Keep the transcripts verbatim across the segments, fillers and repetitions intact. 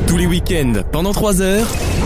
Tous les week-ends, pendant trois heures,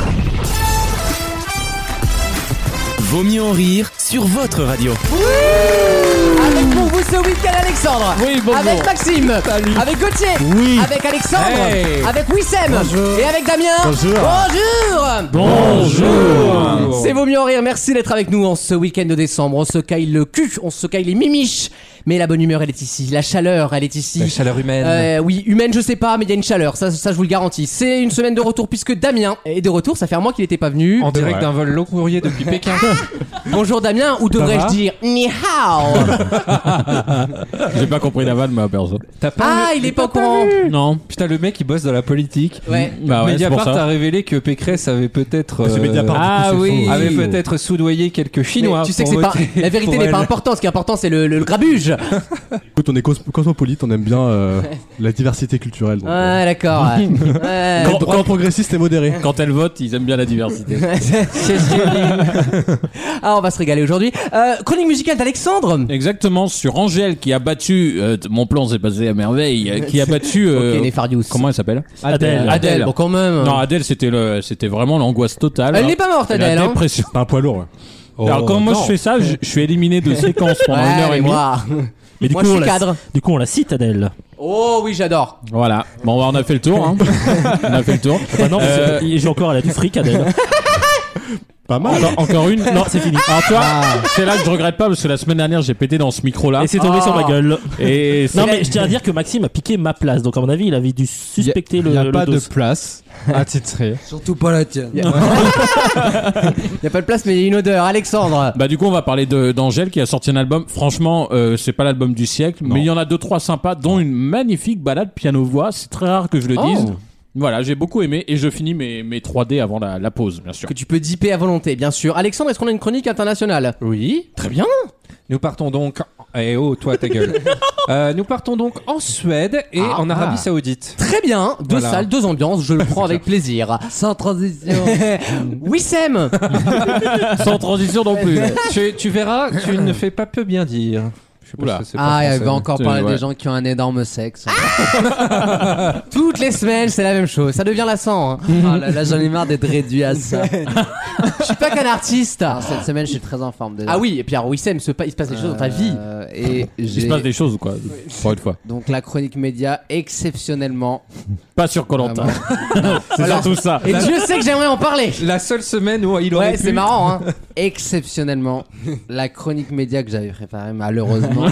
Vaut mieux en rire sur votre radio. Oui, avec pour vous ce week-end Alexandre. Oui, bonjour. Avec Maxime. Salut. Avec Gauthier. Oui. Avec Alexandre. Hey. Avec Wissem. Bonjour. Et avec Damien. Bonjour. Bonjour. Bonjour. C'est Vaut mieux en rire. Merci d'être avec nous en ce week-end de décembre. On se caille le cul, on se caille les mimiches. Mais la bonne humeur, elle est ici. La chaleur, elle est ici. La chaleur humaine. Euh, oui, humaine, je sais pas, mais il y a une chaleur. Ça, ça, je vous le garantis. C'est une semaine de retour puisque Damien est de retour. Ça fait un mois qu'il n'était pas venu. En direct vrai. d'un vol long courrier depuis Pékin. Bonjour Damien, ou devrais-je va dire ni hao. J'ai pas compris la vanne, moi, perso. T'as pas Ah, vu- il est t'as pas au courant. vu Non. Putain, le mec il bosse dans la politique. Ouais. Bah ouais, c'est pour Mediapart ça. a révélé que Pécresse avait peut-être C'est euh, Mediapart, ah du coup, c'est oui, faux. avait peut-être soudoyé quelques Chinois. Mais tu sais que pour c'est pas, voter la vérité pour n'est elle. pas importante. Ce qui est important, c'est le, le, le grabuge. Écoute, on est cos- cosmopolite, on aime bien euh, la diversité culturelle. donc, euh, Ouais, d'accord. Ouais. Ouais. droit- droit progressiste et modéré. Quand elle vote, ils aiment bien la diversité. C'est ce que je dis. Ah, on va se régaler aujourd'hui. Euh, chronique musicale d'Alexandre. Exactement, sur Angèle qui a battu. euh, mon plan s'est passé à merveille. euh, Qui a battu. euh, Ok, Nefarious. comment elle s'appelle Adèle. Adèle. Bon, quand même. Non, Adèle, c'était le, c'était vraiment l'angoisse totale. Elle n'est pas morte, Et la Adèle. Hein. dépression. C'est un poids lourd. ouais. Alors quand moi non. je fais ça, je, je suis éliminé de séquences pendant Ouais, une heure mais et demie. moi. Mais du Moi, coup, je on suis la, cadre. du coup, on la cite, Adèle. Oh oui, j'adore. Voilà. Bon, on a fait le tour. Hein. on a fait le tour. Bah non, Euh, il joue encore, elle a du fric, Adèle. Pas mal. Encore, encore une. Non, c'est fini. Alors tu vois, c'est là que je regrette pas parce que la semaine dernière j'ai pété dans ce micro-là. Et c'est tombé Ah. sur ma gueule. Et c'est- Non, mais je tiens à dire que Maxime a piqué ma place. Donc, à mon avis, il avait dû suspecter le. Il n'y a le pas dos. de place à titrer. Surtout pas la tienne. Il n'y a pas de place, mais il y a une odeur. Alexandre. Bah du coup on va parler de d'Angèle qui a sorti un album. Franchement euh, c'est pas l'album du siècle, mais il y en a deux trois sympas, dont une magnifique balade piano voix. C'est très rare que je le dise. Oh. Voilà, j'ai beaucoup aimé et je finis mes mes trois D avant la, la pause, bien sûr. Que tu peux dipper à volonté, bien sûr. Alexandre, est-ce qu'on a une chronique internationale? Oui. Très bien. Nous partons donc. Eh oh, toi ta gueule. Euh, nous partons donc en Suède et Ah. en Arabie Ah. Saoudite. Très bien. Deux Voilà. salles, deux ambiances. Je le prends avec plaisir. Sans transition. Wissem. Sans transition non plus. tu, tu verras, tu ne fais pas peu bien dire. Je sais pas Oula. si c'est pas Ah, il français, va encore mais- parler Ouais. des gens qui ont un énorme sexe. Toutes les semaines, c'est la même chose. Ça devient lassant. Hein. Ah là, là, j'en ai marre d'être réduit à ça. Je suis pas qu'un artiste. Alors, cette semaine, je suis très en forme déjà. Ah oui, et puis alors Wissem, se pa- il se passe des choses dans ta vie. Euh, et Il se j'ai passe des choses ou quoi pour une fois. donc la chronique média exceptionnellement. Pas sur Koh-Lanta. Vraiment. C'est surtout ça. Et Dieu sait que j'aimerais en parler. La seule semaine où il aurait Ouais, pu. c'est marrant. Hein. exceptionnellement la chronique média que j'avais préparée malheureusement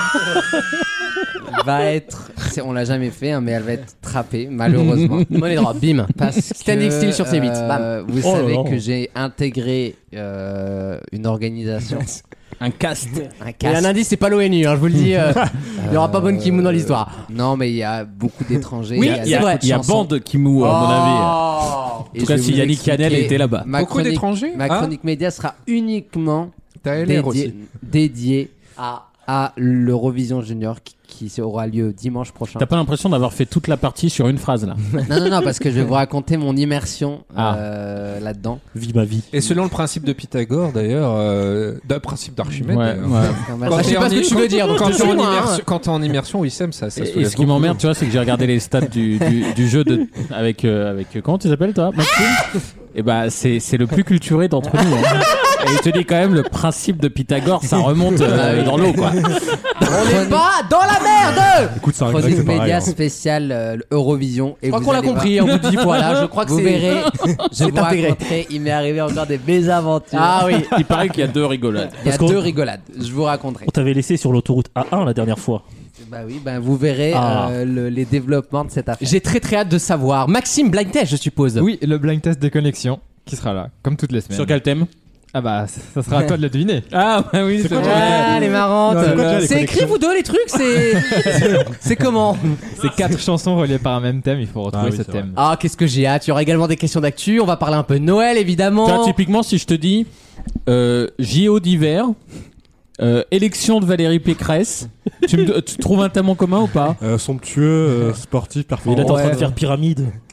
va être c'est- on l'a jamais fait hein, mais elle va être trappée malheureusement Money drop, bim. parce Standing que, still sur ses huit, euh, vous Oh là savez là. que j'ai intégré euh, une organisation Un cast. un Et cast. un indice, c'est pas l'ONU, hein, je vous le dis. euh, il y aura pas bonne Kim dans l'histoire. Non mais il y a beaucoup d'étrangers Oui, Il y a, vrai. il y a bande qui moue, à mon avis. Oh. Et En tout cas, je vais si vous Yannick Canel expliquer. était là-bas. Ma Beaucoup chronique- d'étrangers ma Ah. chronique média sera uniquement T'as L R dédiée aussi. dédiée Ah. à l'Eurovision Junior qui, qui aura lieu dimanche prochain. T'as pas l'impression d'avoir fait toute la partie sur une phrase là? Non, non, non, parce que je vais vous raconter mon immersion Ah. euh, là-dedans. Vie ma vie. Et selon le principe de Pythagore d'ailleurs, euh, d'un principe d'Archimède. Ouais, d'ailleurs. ouais. Quand même. Quand Bah, je sais t'es pas en ce que i- tu veux dire, donc Quand je te t'es en suis, moi, hein. immersion, quand t'es en immersion, Wissem, ça, ça Et, soulève et ce qui beaucoup. m'emmerde, tu vois, c'est que j'ai regardé les stats du, du, du jeu de, avec, euh, avec, comment tu t'appelles toi, Maxime? Et bah, c'est, c'est le plus culturé d'entre nous. Hein. Et il te dit quand même le principe de Pythagore, ça remonte euh, dans l'eau, quoi. On n'est pas dans la merde. Écoute, c'est un grec, Chronique c'est pareil. média hein. spéciale euh, Eurovision. Et Je crois vous qu'on l'a allez compris en bout de dix fois là. Je crois voir- que Vous c'est. verrez, je c'est vous intégré. raconterai, il m'est arrivé encore des mésaventures. Ah oui. Il paraît qu'il y a deux rigolades. Il y a Parce qu'on- deux rigolades, je vous raconterai. On t'avait laissé sur l'autoroute A un la dernière fois. Bah oui, ben vous verrez Ah. euh, le- les développements de cette affaire. J'ai très très hâte de savoir. Maxime Blind Test, je suppose. Oui, le blind test des connexions qui sera là, comme toutes les semaines. Sur quel thème? Ah bah, ça sera à toi de le deviner. Ah, bah oui, c'est quoi, vrai. Ah, elle est marrante. Non, c'est quoi, déjà, les C'est écrit connexions vous deux les trucs, c'est. C'est comment? C'est quatre chansons reliées par un même thème, il faut retrouver Ah oui, ce c'est vrai. thème. Ah, qu'est-ce que j'ai hâte. Il y aura également des questions d'actu. On va parler un peu de Noël, Tu vois, évidemment. typiquement, si je te dis euh, J O d'hiver, euh, élection de Valérie Pécresse, tu, me, tu trouves un thème en commun ou pas? Euh, somptueux, euh, sportif, Il performant. est en train Ouais. de faire pyramide.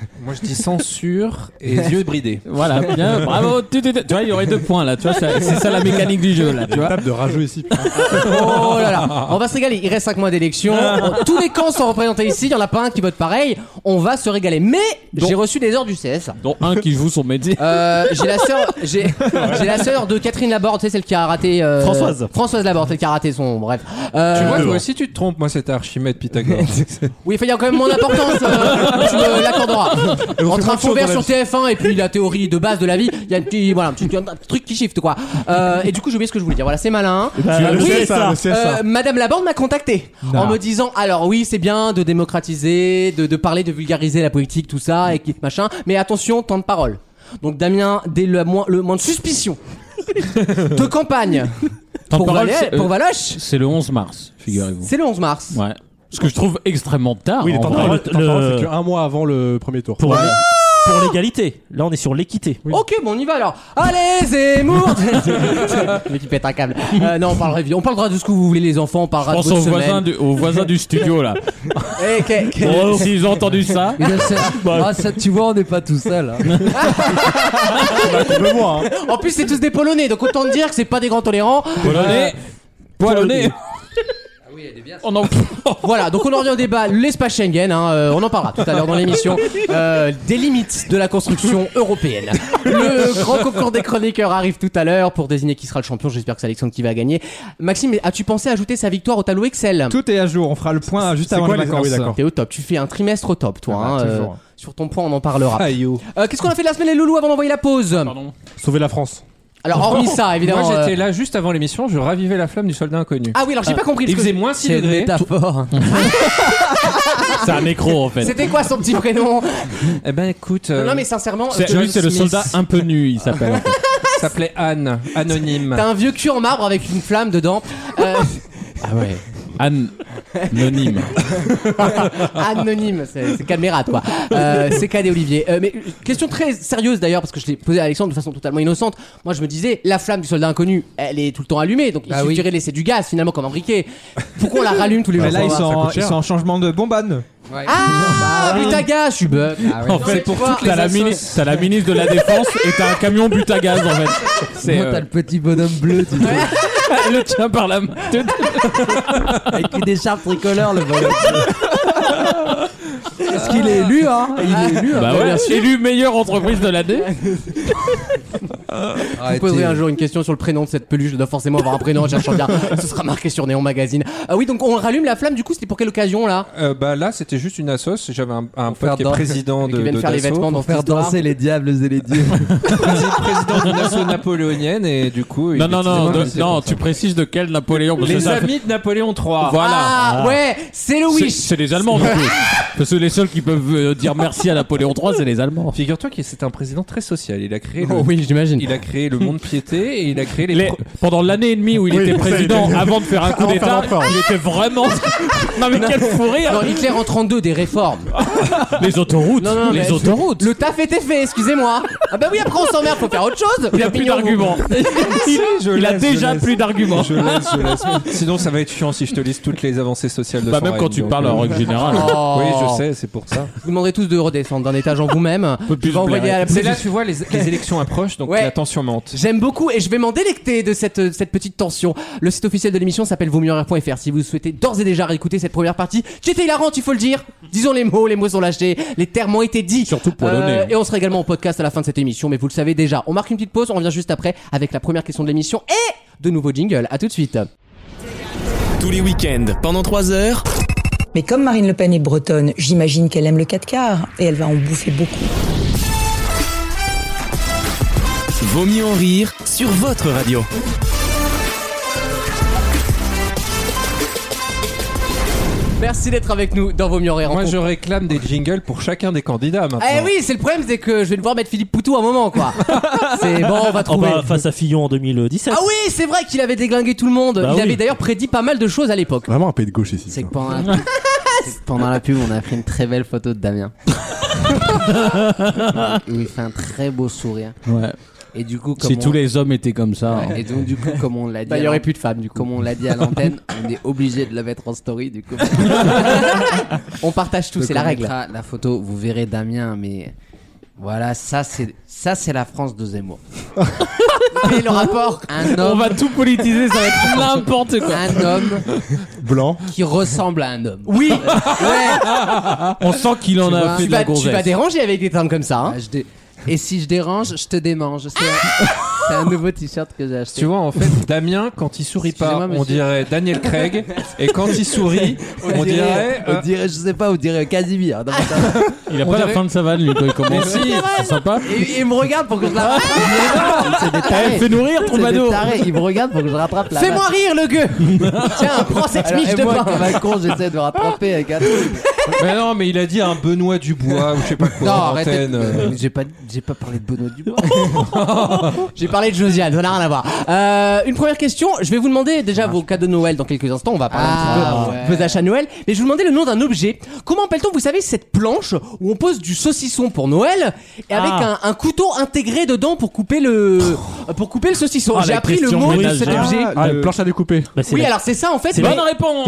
Moi, je dis censure et yeux bridés. Voilà, bien, bravo. Tu, tu, tu, tu vois, il y aurait deux points là. Tu vois, ça- c'est ça la mécanique du jeu là. Tu vois. Table de rageux ici. putain. Oh là là, on va se régaler. Il reste cinq mois d'élection. Tous les camps sont représentés ici. Il y en a pas un qui vote pareil. On va se régaler. Mais Donc- j'ai reçu des ordres du C S. Dont un qui joue son métier. Euh, j'ai la sœur, j'ai, j'ai la sœur de Catherine Laborde, tu sais celle qui a raté. euh, Françoise. Françoise Laborde, celle qui a raté son. Bref. Euh, Tu vois, toi aussi, tu te trompes. Moi, c'était Archimède Pythagore. Oui, il y a quand même mon importance. Euh, tu me l'accorderas. Et on fait Entre plein un de fond choses vert dans la sur vie. T F un et puis la théorie de base de la vie, il y a un petit, voilà, un petit un truc qui shift quoi. Euh, et du coup, j'ai oublié ce que je voulais dire. Voilà, c'est malin. Bah, Tu as le oui, C S A, ça. le C S A. Euh, Madame Laborde m'a contacté en me disant alors oui c'est bien de démocratiser, de, de parler, de vulgariser la politique, tout ça et qui- machin, mais attention temps de parole. Donc Damien, dès le moins, le moins de suspicion de campagne Temps de pour, parole, Valais- c'est, euh, pour Valoche, C'est le onze mars, figurez-vous. c'est le onze mars. Ouais. Ce que je trouve extrêmement tard. Oui, les en temps de vrai. parole, le- temps de parole, le- c'est qu'un mois avant le premier tour. Pour, pour l'égalité. Là, on est sur l'équité. Ok, bon, on y va alors. Allez, Zemmour. Le mec qui pète un câble. Euh, non, on parlera, on parlera de ce que vous voulez, les enfants. On Je parlera pense de aux votre voisins, semaine. du, aux voisins du studio là. Eh, que- que- Oh, s'ils ont entendu ça. Ah, ça, tu vois, on n'est pas tout seul. Hein. Le mois, hein. En plus, c'est tous des Polonais, donc autant te dire que c'est pas des grands tolérants. Polonais. Polonais. On en... Voilà, donc on en revient au débat, l'espace Schengen, hein, euh, on en parlera tout à l'heure dans l'émission, euh, des limites de la construction européenne. Le grand concours des chroniqueurs arrive tout à l'heure pour désigner qui sera le champion, j'espère que c'est Alexandre qui va gagner. Maxime, as-tu pensé ajouter sa victoire au tableau Excel? Tout est à jour, on fera le point juste C'est avant quoi les les- ah vacances. oui, d'accord. T'es au top, tu fais un trimestre au top toi, Ah hein, bah, euh, toujours. sur ton point on en parlera. Aïe, Euh, Qu'est-ce qu'on a fait de la semaine les loulous avant d'envoyer la pause? Pardon. Sauver la France. Alors hormis ça évidemment... Moi, j'étais euh, là juste avant l'émission, je ravivais la flamme du soldat inconnu. Ah oui alors j'ai pas compris. Il parce que- faisait moins six C'est une degrés. métaphore. C'est un nécro en fait. C'était quoi son petit prénom? Eh ben, écoute, euh, Non mais sincèrement, C'est, euh, lui, c'est le Smith. soldat un peu nu, il s'appelle. En fait. s'appelait Anne, anonyme. t'as un vieux cul en marbre avec une flamme dedans. Euh, Ah ouais. Anne. Anonyme. Anonyme, c'est c'est Cadmerade quoi. Euh, c'est Cadet Olivier. Euh, mais euh, question très sérieuse d'ailleurs parce que je l'ai posé à Alexandre de façon totalement innocente. Moi je me disais la flamme du soldat inconnu, elle est tout le temps allumée, donc il Bah suffirait de laisser du gaz finalement comme un briquet. Pourquoi on la rallume tous les jours? Mais là, ils ça va sont, coûte en, ils cher. sont en changement de bombane. Ah, butaga, je suis bug. En fait, pour pour toutes t'as la, mini- t'as la ministre de la Défense et t'as un camion but à gaz en fait. C'est, Moi, euh, t'as le petit bonhomme bleu, tu sais, elle le tient par la main. avec une écharpe tricolore, le bonhomme. Est-ce qu'il est élu, hein? Il est élu, hein. Bah ouais, élu meilleure entreprise de l'année. Je vous poserai un jour une question sur le prénom de cette peluche. Je dois forcément avoir un prénom en cherchant bien. Ce sera marqué sur Néon Magazine. Ah oui, donc on rallume la flamme. Du coup, c'était pour quelle occasion là? Euh, bah là, c'était juste une assos. J'avais un, un faire pote qui est dan- président Qui de, viennent de faire les Dassault, vêtements dans Faire cette histoire. danser les diables et les dieux. président d'une asso napoléonienne et du coup. il Non, non, était non, de- invité non, pour ça. tu précises de quel Napoléon parce que Les ça fait- amis de Napoléon trois. Voilà. Ah, ouais, c'est le C'est, Wish. c'est les Allemands du coup. Parce que les seuls qui peuvent euh, dire merci à Napoléon trois, c'est les Allemands. Figure-toi que c'est un président très social. Il a créé le, Oh oui, j'imagine. il a créé le monde piété et il a créé les. Les- pro- pendant l'année et demie où il Oui, était ça, président, il était- avant de faire un coup Avant de d'état, faire l'empereur. il était vraiment. Non mais quel fou rire. Alors Hitler en trente-deux, des réformes. Les autoroutes, Non, non, les mais- autoroutes. Le taf était fait, excusez-moi. Ah bah oui, après on s'emmerde, faut faire autre chose. Il a plus Pignon, d'arguments. Je Il a laisse, déjà je laisse. plus d'arguments. Je laisse, je laisse. Sinon, ça va être chiant si je te liste toutes les avancées sociales de Bah son même quand règne, tu donc, parles euh, en règle générale. Oh. Oui, je sais, c'est pour ça. Vous demanderez tous de redescendre d'un étage en vous-même. peut Je plus vais se envoyer blairer. à la C'est là, tu vois, les, les élections approchent, donc Ouais. la tension monte. J'aime beaucoup et je vais m'en délecter de cette, cette petite tension. Le site officiel de l'émission s'appelle vaut mieux en rire point f r si vous souhaitez d'ores et déjà réécouter cette première partie qui était hilarante, il faut le dire. Disons les mots, les mots sont lâchés, les termes ont été dits. Surtout polonais. Euh, et on sera également au podcast à la fin de cette émission, mais vous le savez déjà. On marque une petite pause, on revient juste après avec la première question de l'émission et de nouveaux jingles. À tout de suite. Tous les week-ends, pendant trois heures. Mais comme Marine Le Pen est bretonne, j'imagine qu'elle aime le quatre quarts et elle va en bouffer beaucoup. Vaut mieux en rire sur votre radio. Merci d'être avec nous dans Vaut mieux en rire. Moi, En je réclame des jingles pour chacun des candidats maintenant. Eh oui, c'est le problème, c'est que je vais devoir mettre Philippe Poutou à un moment, quoi. C'est bon, on va Oh trouver. bah, face à Fillon en deux mille dix-sept. Ah oui, c'est vrai qu'il avait déglingué tout le monde. Bah Il oui. avait d'ailleurs prédit pas mal de choses à l'époque. Vraiment un pays de gauche ici. C'est que pendant la, pub, c'est que pendant la pub, on a pris une très belle photo de Damien. Où il fait un très beau sourire. Ouais. Et du coup, comme Si on... tous les hommes étaient comme ça. Ouais, hein. et donc du coup, comme on l'a dit, Bah, il y à aurait l'an- plus de femmes du coup. comme on l'a dit à l'antenne, on est obligé de le mettre en story. Du coup, On partage tout, Donc, c'est la on règle. mettra la photo. Vous verrez Damien, mais voilà, ça c'est ça c'est la France de Zemmour. Et le rapport. Un On homme, va tout politiser, ça va être n'importe quoi. un homme Blanc. qui ressemble à un homme. Oui, On sent qu'il en Tu a vois, fait tu de la vas, tu gonzesse. vas déranger avec des termes comme ça. Hein. Ah, je dé- Et si je dérange, je te démange. C'est un... c'est un nouveau t-shirt que j'ai acheté. Tu vois, en fait, Damien, quand il sourit pas, Excusez-moi, on monsieur. dirait Daniel Craig. Et quand il sourit, on dirait. euh, on dirait, je sais pas, on dirait Casimir. dans ma- Il a On pas la dirait- fin de sa vanne, lui, quand il commence. Mais si. C'est sympa. Et il me regarde pour que je la. C'est des Eh, tarés. fais nourrir, C'est troubadour. des tarés. Il me regarde pour que je rattrape la Fais-moi rire le gueux. Tiens, prends cette Alors, miche et de moi, pain. comme un con, j'essaie de me rattraper avec un truc. Mais non, mais il a dit un Benoît Dubois ou je sais pas quoi. Non, en arrêtez. antenne, euh. J'ai pas, j'ai pas parlé de Benoît Dubois. J'ai parlé de Josiane, ça n'a rien à voir. Euh, une première question, je vais vous demander déjà vos cadeaux de Noël dans quelques instants, on va parler Ah, un petit peu ouais. de vos achats de Noël, mais je vais vous demander le nom d'un objet. Comment appelle-t-on, vous savez, cette planche où on pose du saucisson pour Noël et avec Ah. un, un couteau intégré dedans pour couper le pour couper le saucisson. Ah, J'ai la appris le question mot de ménagère. cet objet. Ah, une planche à découper. Bah, c'est Oui, la- alors c'est ça en fait. C'est mais- Bonne réponse.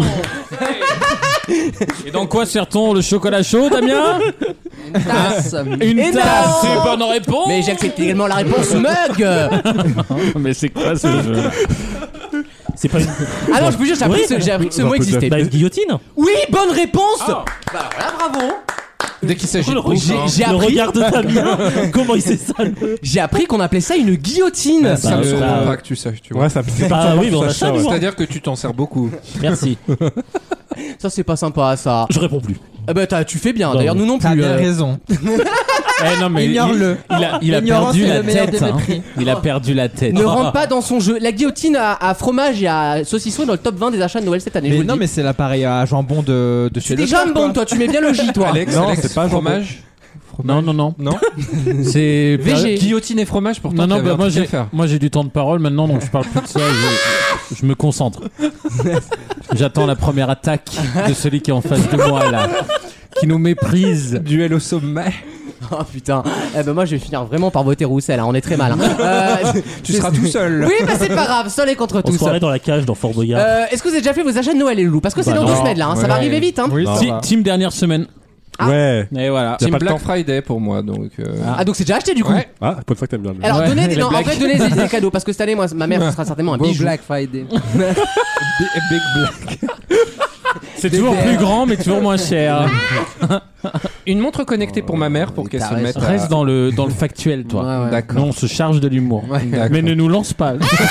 Et dans quoi sert-on le chocolat chaud, Damien? Une tasse. Une Et tasse. non. C'est bonne réponse. Mais j'accepte également la réponse mug. Mais c'est quoi ce jeu? C'est pas une. Alors je vous jure, j'ai appris, Oui. ce, j'ai appris que ce Non, mot peut-être. existait. Bah, une guillotine. Oui, bonne réponse. Bah voilà, bravo. Dès qu'il s'agit de Le bouffe, J'ai hein. j'ai Le appris, regard de Damien. Comment il sait ça le- j'ai appris qu'on appelait ça une guillotine. Ça me Bah, surprend bah, pas que tu saches, tu vois. Ouais, ça c'est Ah parti oui, mais on a ça, ça, ouais. nous. C'est-à-dire que tu t'en sers beaucoup. Merci. Ça c'est pas sympa ça. Je réponds plus. Ah bah t'as- tu fais bien. Bah, D'ailleurs oui. nous non T'as plus. bien euh. raison. Eh non, mais il, Ignore-le. il a, il a L'ignorance perdu est la le meilleur tête. des hein. mépris. Il a perdu la tête. Ne rentre pas dans son jeu. La guillotine à, à fromage et à saucisson est dans le top vingt des achats de Noël cette année. je Mais vous le non, dis. mais c'est l'appareil à jambon de, de Tu chez es Leclerc, jambon quoi. toi, tu mets bien le J toi. Alex, Non, Alex, c'est pas fromage. Non, non, non. Non. C'est V G. Guillotine et fromage pourtant. Non, non, t'avais bah, un moi truc à j'ai, faire. moi j'ai du temps de parole maintenant, donc je parle plus de ça. Je, je me concentre. J'attends la première attaque de celui qui est en face de moi là, qui nous méprise. Duel au sommet. Oh putain. Eh ben moi je vais finir vraiment par voter Roussel. Hein. On est très mal. Hein. Euh, Tu c'est- seras tout seul. Oui, bah c'est pas grave. Seul et contre On se tous. croirait dans la cage dans Fort Boyard. Euh, Est-ce que vous avez déjà fait vos achats de Noël les loulous? Parce que c'est Bah dans non. deux semaines là. Hein. Ça Ouais. va arriver vite. Hein. Oui, Ah. ça Ti- va. team dernière semaine. Ah. Ouais. Et voilà. Team pas de Black temps. Friday pour moi, donc. euh, Ah donc c'est déjà acheté du coup. Ouais. Ah, pour une fois que t'aimes bien. lui. Alors Ouais, donnez des, les non, en blagues. fait donnez des, des cadeaux parce que cette année moi ma mère ce sera certainement un Beau bijou. Black Friday. Big Big Black. C'est toujours plus grand, mais toujours moins cher. Une montre connectée pour ma mère pour Oui, qu'elle t'as se mette. raison. à- Reste dans le dans le factuel, toi. Ouais, ouais. D'accord. Non, on se charge de l'humour. D'accord. Mais ne nous lance pas.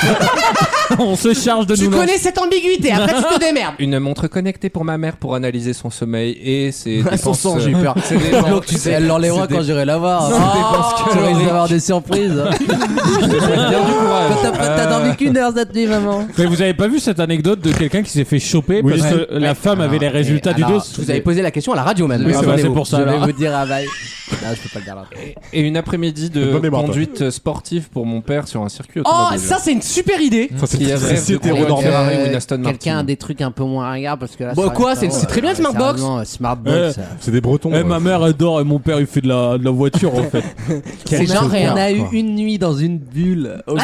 On se charge de Tu nous lancer. connais cette ambiguïté. Après tu te démerdes. Une montre connectée pour ma mère pour analyser son sommeil et ses Son dépenses. sang, j'ai eu peur. C'est des gens- Donc tu sais, elle l'enlèvera c'est des- quand j'irai la voir. c'est des dépenses Tu risques caloriques. d'avoir des surprises. Bien du courage. T'as t'as dormi qu'une heure cette nuit, maman. Mais vous avez pas vu cette anecdote de quelqu'un qui s'est fait choper Oui. parce que Ouais. la femme avait les résultats du Alors, dos. Vous avez posé la question à la radio même. Oui, c'est vrai, c'est Abonnez-vous. pour ça. Je vais alors. vous dire à bail. Non, je peux pas le dire là. Et une après-midi de Bonne mémoire, toi. conduite sportive pour mon père sur un circuit Oh, automobile. ça c'est une super idée. Ça, c'est Qui a c'est rêve si de conduire une hétéronormé. Ferrari ou une Aston Martin. Quelqu'un a des trucs un peu moins ringards parce que là. Bon, ça quoi, reste c'est- pas- c'est très bien, ouais, Smartbox. sérieusement, Smartbox. Euh, ça- C'est des Bretons. Eh, ouais. ma mère adore et mon père il fait de la, de la voiture en fait. C'est genre on rien. a eu une nuit dans une bulle. Au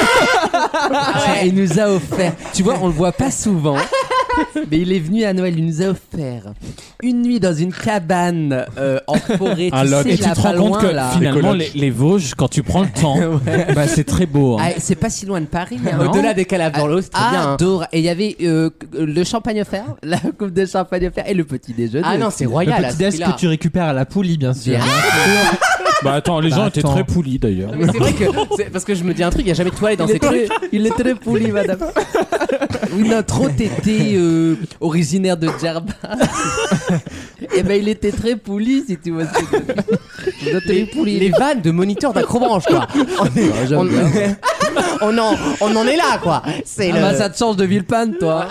Ah, il nous a offert. Tu vois, on le voit pas souvent. Mais il est venu à Noël, il nous a offert une nuit dans une cabane euh, en forêt. Un tu loch. sais, Et tu là, te pas rends compte loin, que là. finalement Les les, les Vosges, quand tu prends le temps, bah, c'est très beau. hein. Ah, c'est pas si loin de Paris. Hein, Au-delà non des calaves dans l'eau, c'est très bien. hein. Adore. Et il y avait euh, le champagne offert, la coupe de champagne offert et le petit déjeuner. Ah non, c'est Le royal. à ce petit déj prix-là. que tu récupères à la poulie, bien sûr. Bien. Bah attends, les Bah, gens étaient attends. très polis d'ailleurs. Mais c'est vrai que c'est parce que je me dis un truc, il y a jamais de toilette dans Il ces est, très, trucs. il est très poli, madame. Oui, notre hôte était euh, originaire de Djerba. Et ben, il était très poli, si tu vois ce que je veux dire. Il était très Les, poli. les vannes de moniteurs d'acrobranche quoi. On, est- j'aime on- bien. on en, on en est là quoi. C'est Ah le. bah, ça te change de Villepinte, toi.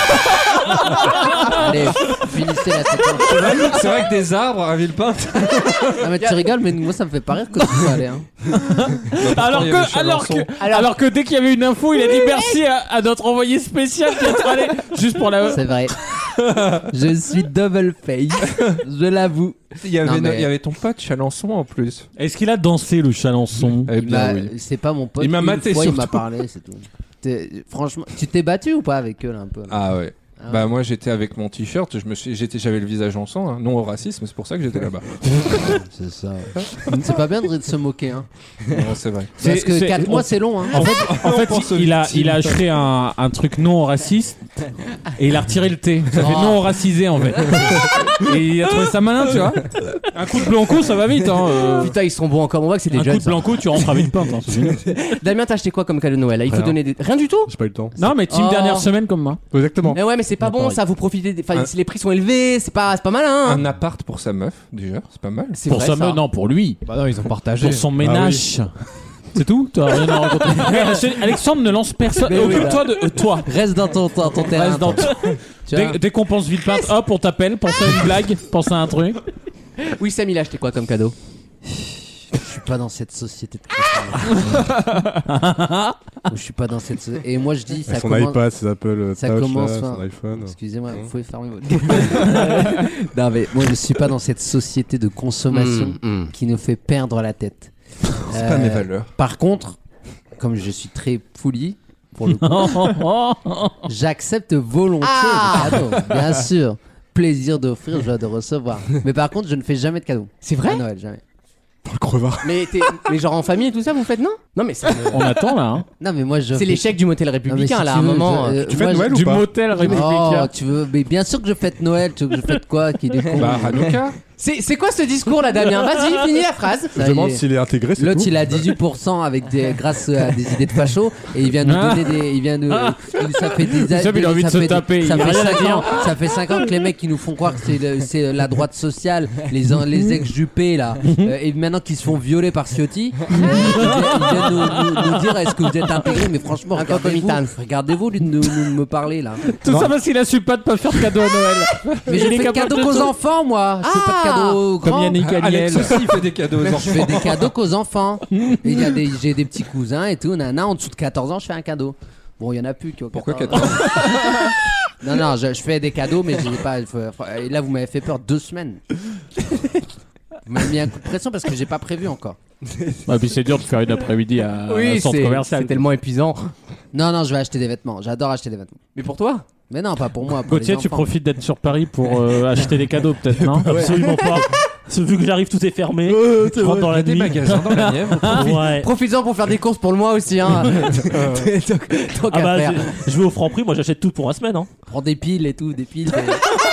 Allez, finissez la séquence. C'est vrai que des arbres à Villepinte. Ah, mais tu rigoles, mais moi, ça me fait pas rire que tu sois allé. Hein. Alors il y avait que, alors, Chalençon. que, alors que dès qu'il y avait une info, il a dit merci à, à notre envoyé spécial qui est allé juste pour la. C'est vrai. Je suis double face, je l'avoue. Il y avait, Non, no- mais- il y avait ton pote Chalençon en plus. Est-ce qu'il a dansé le Chalençon? Eh Il bien m'a- oui. C'est pas mon pote. Il m'a Une maté fois, il surtout. m'a parlé, c'est tout. T'es- Franchement, tu t'es battu ou pas avec eux là un peu là Ah ouais. Ah Bah ouais. moi j'étais avec mon t-shirt, je me suis, j'étais, j'avais le visage en sang, hein. Non au racisme, c'est pour ça que j'étais là-bas. C'est ça. C'est pas bien de de se moquer, hein. Non, c'est vrai. Parce C'est- que c'est- quatre on- mois c'est long, hein. En fait, en fait pense il, aux il a, victimes. il a acheté un, un truc non raciste et il a retiré le T. Ça fait Oh. non racisé en fait. Et il a trouvé ça malin, tu vois. Un coup de blanco, ça va vite. Hein. euh. Putain, ils sont bons encore. On voit que c'est des Un jeunes. coup de blanco, tu rentres avec une pinte. Hein, c'est génial. ça. Damien, t'as acheté quoi comme cadeau de Noël là? Il faut Rien. donner des. Rien du tout. J'ai pas eu le temps. Non, mais team Oh. dernière semaine comme moi. Exactement. Mais ouais, mais c'est pas Ouais, bon, pareil. ça. Vous profitez. Des... Enfin, Un- si les prix sont élevés, c'est pas, c'est pas malin. Hein. Un appart pour sa meuf, déjà, c'est pas mal. C'est Pour vrai, sa ça. meuf, non, pour lui. Bah non, ils ont partagé. Pour son ménage. C'est tout? T'as rien à raconter. Eh, Alexandre ne lance personne. Mais oui, Occupe-toi de euh, toi. Reste dans ton, ton, ton terrain. Reste dans toi. Tu vois. Dès, dès qu'on pense Villepinte, hop, on t'appelle. Pense à une blague, pense à un truc. Oui, Sam, il a acheté quoi comme cadeau? Je suis pas dans cette société de consommation. Je suis pas dans cette société. Et moi je dis ça Avec son commence. iPad, ses Apple ça Touch, commence là, fin- son iPhone. Excusez-moi, vous pouvez fermer votre gueule. Non mais moi je suis pas dans cette société de consommation Mm, mm. qui nous fait perdre la tête. C'est Euh, pas mes valeurs. Par contre, comme je suis très fouli pour le coup, j'accepte volontiers Ah les cadeaux, bien sûr. Plaisir d'offrir, joie de recevoir. Mais par contre, je ne fais jamais de cadeaux. C'est vrai? À Noël, jamais. Pour le crevard. Mais, t'es- mais genre en famille et tout ça, vous faites non? Non, mais c'est On attend là. Hein. Non mais moi je. c'est fais- l'échec du motel Non, mais républicain si là, tu à un veux, moment. je- euh, euh, Tu fais moi, Noël je- ou Du pas motel Oh, républicain. tu veux, mais bien sûr que je fête Noël. Tu veux que je fête quoi qui est con. Bah Hanouka. C'est c'est quoi ce discours là, Damien? Vas-y, finis la phrase. Ça Je me y demande est. s'il est intégré, c'est L'autre tout. il a dix-huit pour cent avec des, grâce à des idées de facho et il vient nous donner des, il vient nous, il- ça fait des Ça, il a envie de ça se fait- taper, ça il a fait rien à cinq dire. ans, ça fait cinq ans que les mecs qui nous font croire que c'est le- c'est la droite sociale, les en- les ex Juppé là, euh, et maintenant qu'ils se font violer par Ciotti, ils viennent, ils viennent nous, nous- nous dire est-ce que vous êtes intégrés, mais franchement Un regardez-vous, concomitant. regardez-vous de nous, nous me parler là. Tout ça parce qu'il a su pas de pas faire de cadeau à Noël. Mais je Il est fais de capable cadeaux de qu'aux tout. enfants moi, je fais pas de Ah, cadeaux aux Comme grands. Yannick Aniel. Alex aussi il fait des cadeaux aux Je enfants. fais des cadeaux qu'aux enfants. Et il y a des, j'ai des petits cousins et tout. Nana, en dessous de quatorze ans, je fais un cadeau. Bon, il y en a plus qui ont Pourquoi quatorze quatorze ans. Non, non, je, je fais des cadeaux, mais je n'ai pas. faut- faut- et là, vous m'avez fait peur deux semaines. Vous m'avez mis un coup de pression parce que j'ai pas prévu encore. Ouais, puis c'est dur de faire une après-midi à un Oui, centre c'est commercial. c'est tellement épuisant. Non, non, je vais acheter des vêtements. J'adore acheter des vêtements. Mais pour toi? Mais non, pas pour moi. Pour Gauthier, les tu enfants. profites d'être sur Paris pour euh, acheter des cadeaux peut-être, non? Absolument pas. Vu que j'arrive, tout est fermé. je rentre dans la Des nuit. magasins dans la Nièvre. Ouais. Profites-en pour faire des courses pour le mois aussi, hein. Tant- Tant Ah qu'à bah, faire. je, je vais au Franprix, moi j'achète tout pour la semaine. Hein. Prends des piles et tout, des piles. Des...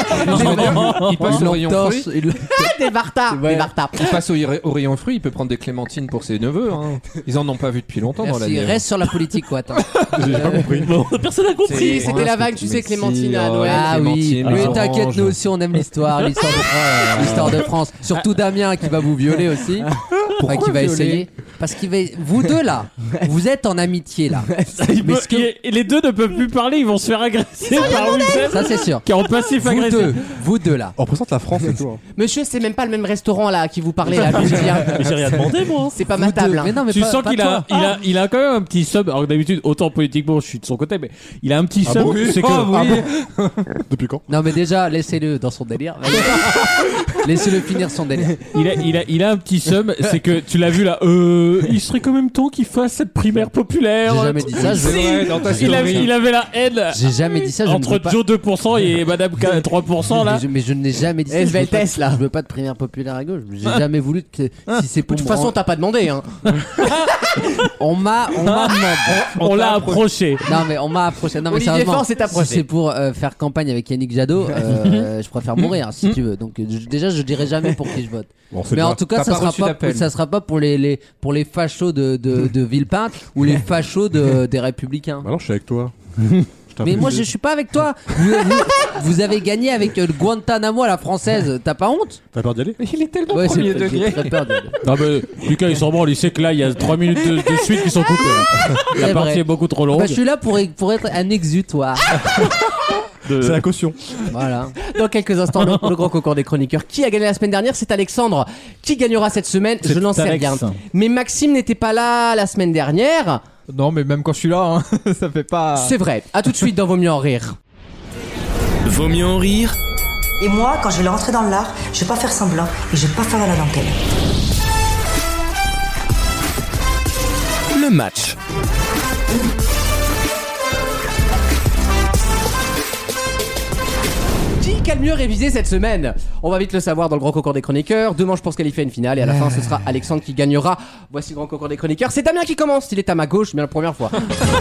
Il passe au rayon torche, fruits. une- Des Bartas, Ouais. des Bartas. Il passe au, au rayon fruits, il peut prendre des clémentines pour ses neveux. Hein. Ils en ont pas vu depuis longtemps dans la Merci. Nièvre. Reste sur la politique, quoi. Attends. J'ai pas compris. Bon, personne n'a compris. Si, c'était la vague, tu sais, Clémentine à Noël. Ah oui, Clémentine, mais les t'inquiète, oranges. nous aussi on aime l'histoire, l'histoire de France, l'histoire de France. Surtout Damien qui va vous violer aussi, enfin, qui va violer essayer. Parce qu'il va, vous deux là, vous êtes en amitié là. Il Mais peut- ce que- il- et les deux ne peuvent plus parler, ils vont se faire agresser par Wissem, Ça c'est sûr. qui est en passif Vous agressif. deux, vous deux là. On représente la France et tout. hein. Monsieur, c'est même pas le même restaurant là qui vous parlait là. lui, je veux dire. Mais j'ai rien demandé, moi. C'est pas Vous ma deux. table. hein. Mais non, mais Tu pas- sens pas qu'il a, toi. il a, il a quand même un petit sub. Alors que d'habitude, autant politiquement, je suis de son côté, mais il a un petit Ah sub. bon c'est que Oh, oui. Depuis quand Non mais déjà, laissez-le dans son délire. Laissez-le finir son délire. il a, il a, il a un petit sub. C'est que tu l'as vu là. Euh, il serait quand même temps qu'il fasse cette primaire populaire. J'ai jamais dit ça. Je C'est veux... vrai, dans ta Il, avait, story. il avait la haine J'ai jamais dit ça. Je ne entre veux pas... Joe deux pour cent et Madame K trois pour cent là. Mais je, mais je n'ai jamais dit ça. Je veux, pas, Sveltes, là. je veux pas de primaire populaire à gauche. J'ai jamais voulu que si c'est De pour toute me façon, rendre- t'as pas demandé. Hein. on m'a on m'a demandé. On l'a approché. Non mais on m'a approché. Non mais Olivier sérieusement, Faure s'est approché. si c'est pour euh, faire campagne avec Yannick Jadot, euh, je préfère mourir si tu veux. Donc euh, je- déjà je dirais jamais pour qui je vote. Bon, c'est Mais bien. en tout cas T'as ça pas sera reçu pas d'appel. ça sera pas pour les, les pour les fachos de de, de Villepinte ou les fachos de, des Républicains. Bah non, je suis avec toi. Je Mais moi je t'applaudis. suis pas avec toi. Vous, vous, vous avez gagné avec euh, le Guantanamo à la française. T'as pas honte? T'as peur d'y aller Il est tellement Ouais, premier c'est- j'ai degré. très peur de- Non mais Lucas il s'en branle, il sait que là il y a trois minutes de, de suite qui sont coupées. là. La C'est partie vrai. est beaucoup trop longue. Bah, je suis là pour, pour être un exutoire. De- C'est la caution. Voilà. Dans quelques instants, le, le grand concours des chroniqueurs. Qui a gagné la semaine dernière? C'est Alexandre. Qui gagnera cette semaine? Je C'est n'en sais Alex. rien. Mais Maxime n'était pas là la semaine dernière. Non, mais même quand je suis là, hein, ça fait pas. C'est vrai. À tout de suite dans Vaut mieux en rire. Vaut mieux en rire. Et moi, quand je vais rentrer dans l'art, je vais pas faire semblant et je vais pas faire à la dentelle. Le match. Qui a le mieux révisé cette semaine? On va vite le savoir dans le grand concours des chroniqueurs. Deux manches pour se qualifier à une finale et à la fin ce sera Alexandre qui gagnera. Voici le grand concours des chroniqueurs. C'est Damien qui commence. Il est à ma gauche, bien la première fois.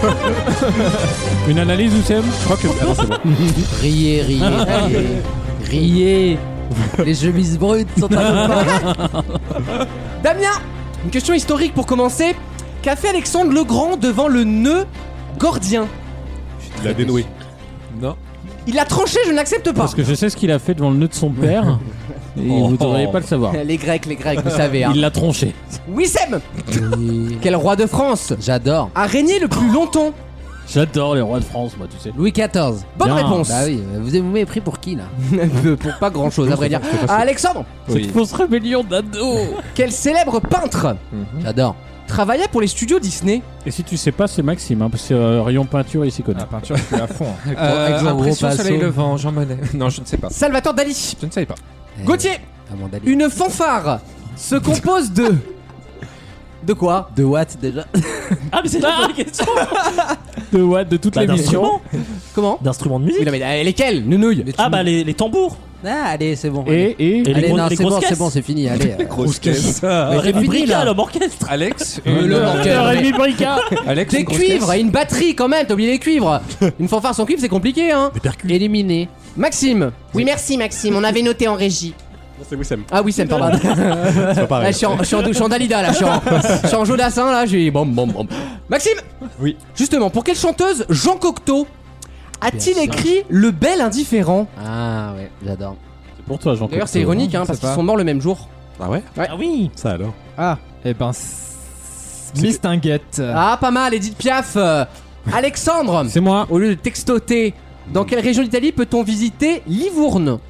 Une analyse, Oussem? Je crois que. Ah non, c'est bon. Riez, riez, riez. Riez. Les chemises brutes sont à votre Damien, une question historique pour commencer. Qu'a fait Alexandre le Grand devant le nœud gordien? Il a dénoué. Non. Il l'a tranché, je n'accepte pas. Parce que je sais ce qu'il a fait devant le nœud de son père. Et vous ne devriez pas le savoir. Les Grecs, les Grecs, vous savez. Hein. Il l'a tronché. Wissem, Oui. quel roi de France J'adore. a régné le plus longtemps? J'adore les rois de France, moi, tu sais. Louis quatorze. Bonne Bien. réponse. Bah oui, vous avez m'avez pris pour qui là? Pour pas grand chose, à vrai dire. Alexandre, Cette fausse rébellion d'ado. quel célèbre peintre J'adore. travaillait pour les studios Disney? Et si tu sais pas, c'est Maxime, hein, parce que euh, Rayon Peinture, il s'y connaît. La peinture, je suis à fond. Euh, Euh, impression Pinceau. soleil levant, Jean Monnet. Non, je ne sais pas. Salvatore Dali. Je ne savais pas. Gauthier, Amanda Lee. une fanfare se compose de... De quoi? De Watt déjà. Ah, mais c'est la bonne question. De what? De toute Bah, l'émission. d'instruments. Comment? D'instruments de musique. Oui, non, mais euh, lesquels? Nounouille. Ah, bah les, les tambours. Ah, allez, c'est bon. Et, et, Et les allez, gros- non, les c'est grosses bon, c'est caisses. bon, c'est fini. Allez. euh, Grosse caisse. Mais Rémi fini, Brica, là. l'homme orchestre. Alex, Le une- manqueur. Rémi Brica. Alex, Des une grosse cuivres caisse. et une batterie quand même, t'as oublié les cuivres. Une fanfare sans cuivre c'est compliqué hein. Éliminé. Maxime. Oui merci Maxime, on avait noté en régie. C'est Wissem. Ah oui c'est pardon. C'est pas Là, pareil. je suis en, je suis en, je suis en Dalida là, je suis en, je suis en Jodassin là, j'ai bom bom bom. Maxime. Oui. Justement, pour quelle chanteuse Jean Cocteau a-t-il écrit Le Bel Indifférent? Ah ouais, j'adore. C'est pour toi, Jean. D'ailleurs c'est Cocteau. ironique hein, je parce sais qu'ils pas. sont morts le même jour. Ah ouais? Ah oui. Ça alors. Ah, eh ben. Mistinguette. Ah pas mal, Edith Piaf. Euh, Alexandre. C'est moi. Au lieu de textoter, dans quelle région d'Italie peut-on visiter Livourne?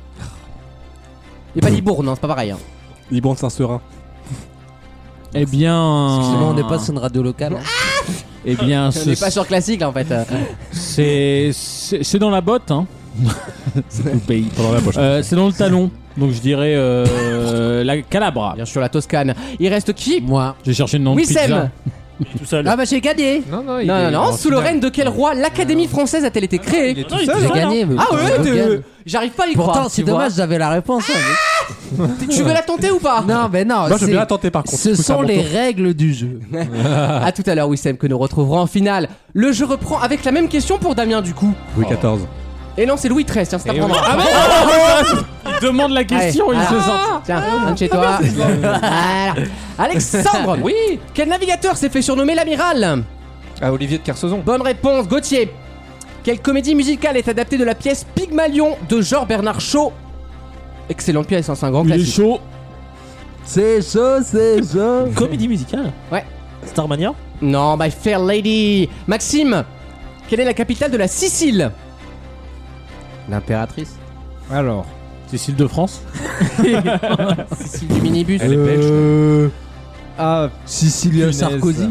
Et pas Libourne, hein, c'est pas pareil. Hein. Liban de Saint-Seurin. Eh bien. Sinon, on n'est pas sur une radio locale. hein. Eh bien, On ce- n'est pas sur classique là en fait. c'est c'est c'est dans la botte, hein. C'est tout le pays. Pendant la poche. Euh, c'est dans le talon. Donc je dirais euh, la Calabre. Bien sûr la Toscane. Il reste qui? Moi. J'ai cherché le nom de pizza. Wissem. Tout seul. Ah bah j'ai gagné. Non, non, il Non, est non, non, en sous le finale. règne de quel roi l'Académie française a-t-elle été Il est créée? tout Non, il seul. est J'ai seul, gagné. mais Ah pourtant, ouais, je t'es- gagne. j'arrive pas à y Pourtant, croire. c'est tu vois. dommage, j'avais la réponse. hein, mais- Tu veux la tenter ou pas? Non, mais non. Moi je c'est- veux bien la tenter par contre. Ce Du coup, c'est à sont mon les tour. règles du jeu. À tout à l'heure, Wissem, que nous retrouverons en finale. Le jeu reprend avec la même question pour Damien du coup. Louis quatorze. Et non, c'est Louis treize, tiens, c'est à Et prendre. oui. Ah, mais- Il demande la question, Allez, il se ah. sent. Tiens, rentre chez toi. Voilà. Alexandre, oui. Quel navigateur s'est fait surnommer l'amiral? Ah, Olivier de Kersauzon. Bonne réponse, Gauthier. Quelle comédie musicale est adaptée de la pièce Pygmalion de Georges Bernard Shaw? Excellente pièce, hein, c'est un grand Il est classique. chaud. C'est chaud, c'est chaud. Comédie musicale. Ouais. Starmania. Non, My Fair Lady. Maxime, quelle est la capitale de la Sicile? L'impératrice. Alors. Cécile de France. Sicile du minibus. Elle est belge. Euh. Ah, Sicilia punaise. Sarkozy.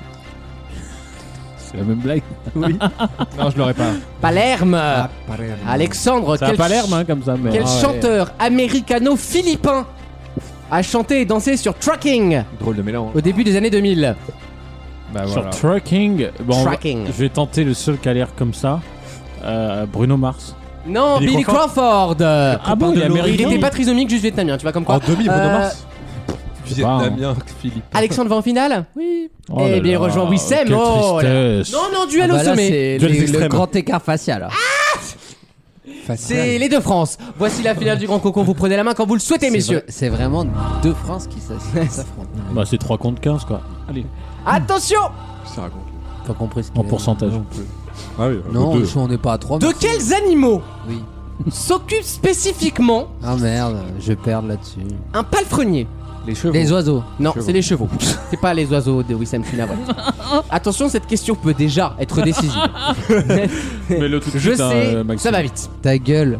C'est la même blague. Non, je l'aurais pas. Palerme. Ah, pareil. Alexandre, Ça a quel, pas l'air, hein, comme ça, mais. quel Ah ouais. chanteur américano-philippin a chanté et dansé sur Tracking Drôle de mélange. au début des années deux mille? Bah Sur voilà. Tracking. Bon, on va- Tracking. je vais tenter le seul qui a l'air comme ça. Euh, Bruno Mars. Non, Billy, Billy Crawford. Ah bon, il est Il américain. était pas trisomique, juste vietnamien, tu vois comme quoi. En demi, Bruno Euh, Mars. pas, hein. Damien, Philippe. Alexandre va en finale? Oui. Oh Eh là bien, il là, rejoint Wissem. quelle Oh là. tristesse. Non, non, duel Ah au bah là, sommet. c'est Duel le, le extrême. grand écart facial. C'est les deux France. Voici la finale du grand concours. Vous prenez la main quand vous le souhaitez, C'est messieurs. vrai- C'est vraiment deux France qui s'ass- s'affrontent. Bah, c'est trois contre quinze, quoi. Allez, Attention. Ça raconte. Pas compris ce qu'il en a dit. pourcentage. Ah oui. Non, deux. je- on n'est pas à trois. De merci. quels animaux Oui. s'occupe spécifiquement Ah merde, je vais perdre là-dessus. un palefrenier? Les chevaux. Les oiseaux. Non, c'est les chevaux. C'est pas les oiseaux de Wissem, je suis navré. Attention, cette question peut déjà être décisive. Mais le tout de Je suite, hein, sais, euh, Maxime. ça va vite. Ta gueule.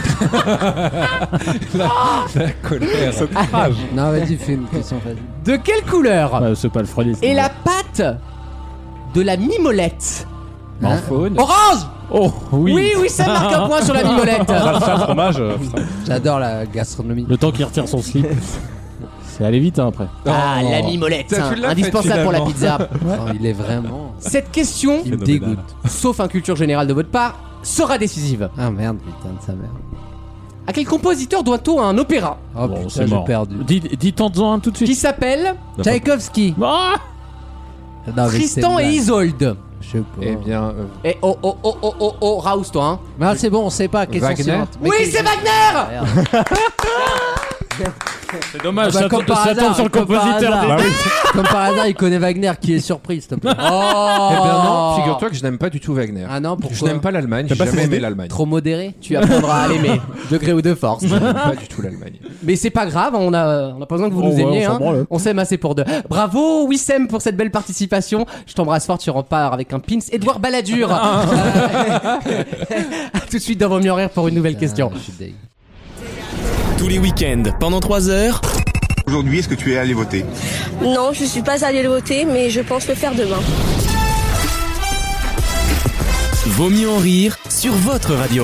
La colère. Non, vas-y, fais une question facile. De quelle couleur Bah, c'est pas le frelier. c'est est le- la patte de la mimolette? Hein Faune. Orange. Oh, oui. Oui, oui, ça marque un point sur la mimolette. Ça, ça, le fromage. euh, putain. J'adore la gastronomie. Le temps qu'il retire son slip. C'est aller vite hein, après. Ah, la mimolette, Ça, tu hein, l'as indispensable fait, pour la finalement. pizza. Oh, il est vraiment. Cette question, Il me dégoûte. sauf inculture générale de votre part, sera décisive. Ah merde, putain de sa mère. À quel compositeur doit-on un opéra Oh Bon, putain, c'est j'ai mort. perdu. Dis, dis t'en un tout de qui suite. s'appelle Tchaïkovski. Ah Non, mais Tristan c'est une et blague. Isolde. Je sais pas. Eh bien, euh, Et oh oh oh oh oh oh, Raouz toi hein. Mais ah, c'est bon, on sait pas. Question Wagner. suivante. Mais Oui, qui- c'est Wagner. Merde. C'est dommage, Ah bah, ça, comme par ça hasard, tombe sur le comme par compositeur. hasard. des- Comme par hasard, il connaît Wagner qui est surpris, s'il te plaît. Oh. eh bien non, figure-toi que je n'aime pas du tout Wagner. Ah non, Je pourquoi n'aime pas l'Allemagne, T'as j'ai pas jamais ses aimé idées l'Allemagne. Trop modéré. Tu apprendras à l'aimer, degré ou de force. Je n'aime pas du tout l'Allemagne. Mais c'est pas grave, on a, on a pas besoin que vous Oh nous ouais, aimiez. on s'en hein. branle. On s'aime assez pour deux. Bravo Wissem pour cette belle participation. Je t'embrasse fort, tu repars avec un pins. Edouard Balladur. Ah. Euh, à tout de suite dans Vaut mieux en rire pour une nouvelle question. Ah, je suis deg. Tous les week-ends, pendant trois heures, Aujourd'hui, est-ce que tu es allé voter? Non, je suis pas allée le voter, mais je pense le faire demain. Vaut mieux en rire sur votre radio.